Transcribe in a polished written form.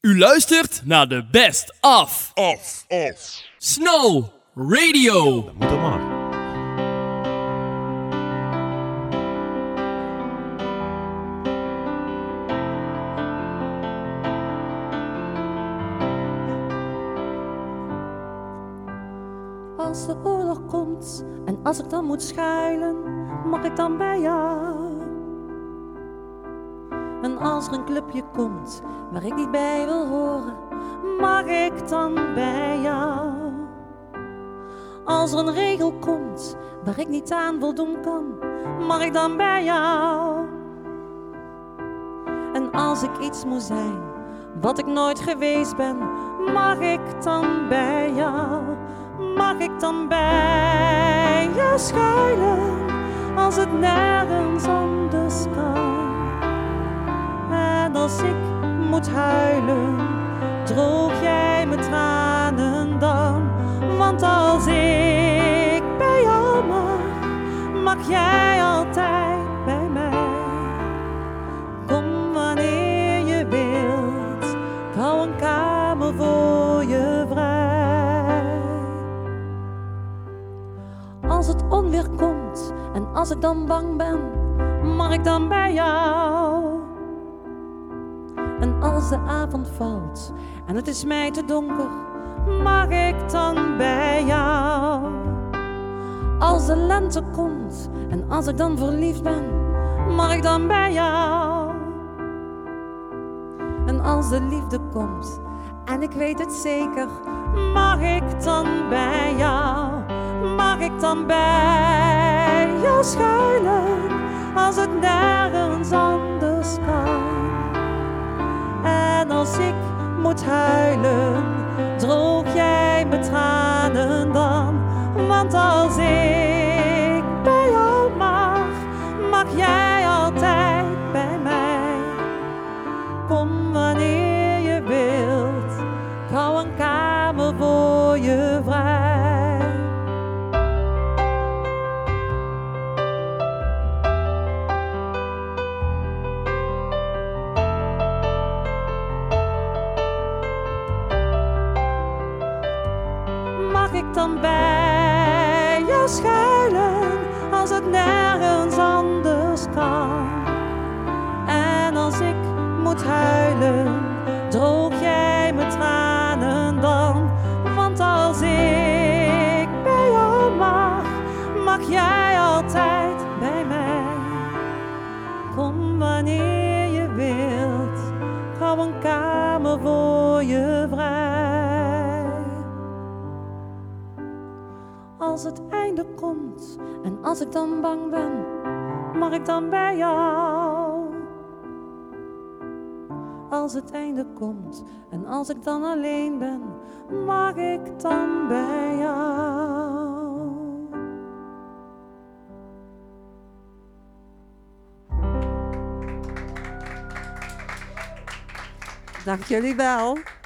U luistert naar de Best of Snow Radio. Dat moet dan maar. Als de oorlog komt en als ik dan moet schuilen, mag ik dan bij jou? En als er een clubje komt waar ik niet bij wil horen, mag ik dan bij jou? Als er een regel komt waar ik niet aan voldoen kan, mag ik dan bij jou? En als ik iets moet zijn wat ik nooit geweest ben, mag ik dan bij jou? Mag ik dan bij jou schuilen als het nergens anders kan? En als ik moet huilen, droog jij mijn tranen dan? Want als ik bij jou mag jij altijd bij mij. Kom wanneer je wilt, ik hou een kamer voor je vrij. Als het onweer komt en als ik dan bang ben, mag ik dan bij jou? En als de avond valt en het is mij te donker, mag ik dan bij jou? Als de lente komt en als ik dan verliefd ben, mag ik dan bij jou? En als de liefde komt en ik weet het zeker, mag ik dan bij jou? Mag ik dan bij jou schuilen als het nergens anders kan? En als ik moet huilen, droog jij mijn tranen dan? Want als ik bij jou mag jij altijd bij mij. Kom wanneer je wilt, ik hou een kamer voor je vrij. Mag ik dan bij jou schuilen als het nergens anders kan? En als ik moet huilen, droog jij mijn tranen dan? Want als ik bij jou mag jij altijd bij mij. Kom wanneer je wilt, ik hou een kamer voor je vrij. Als het einde komt en als ik dan bang ben, mag ik dan bij jou? Als het einde komt en als ik dan alleen ben, mag ik dan bij jou? Dank jullie wel.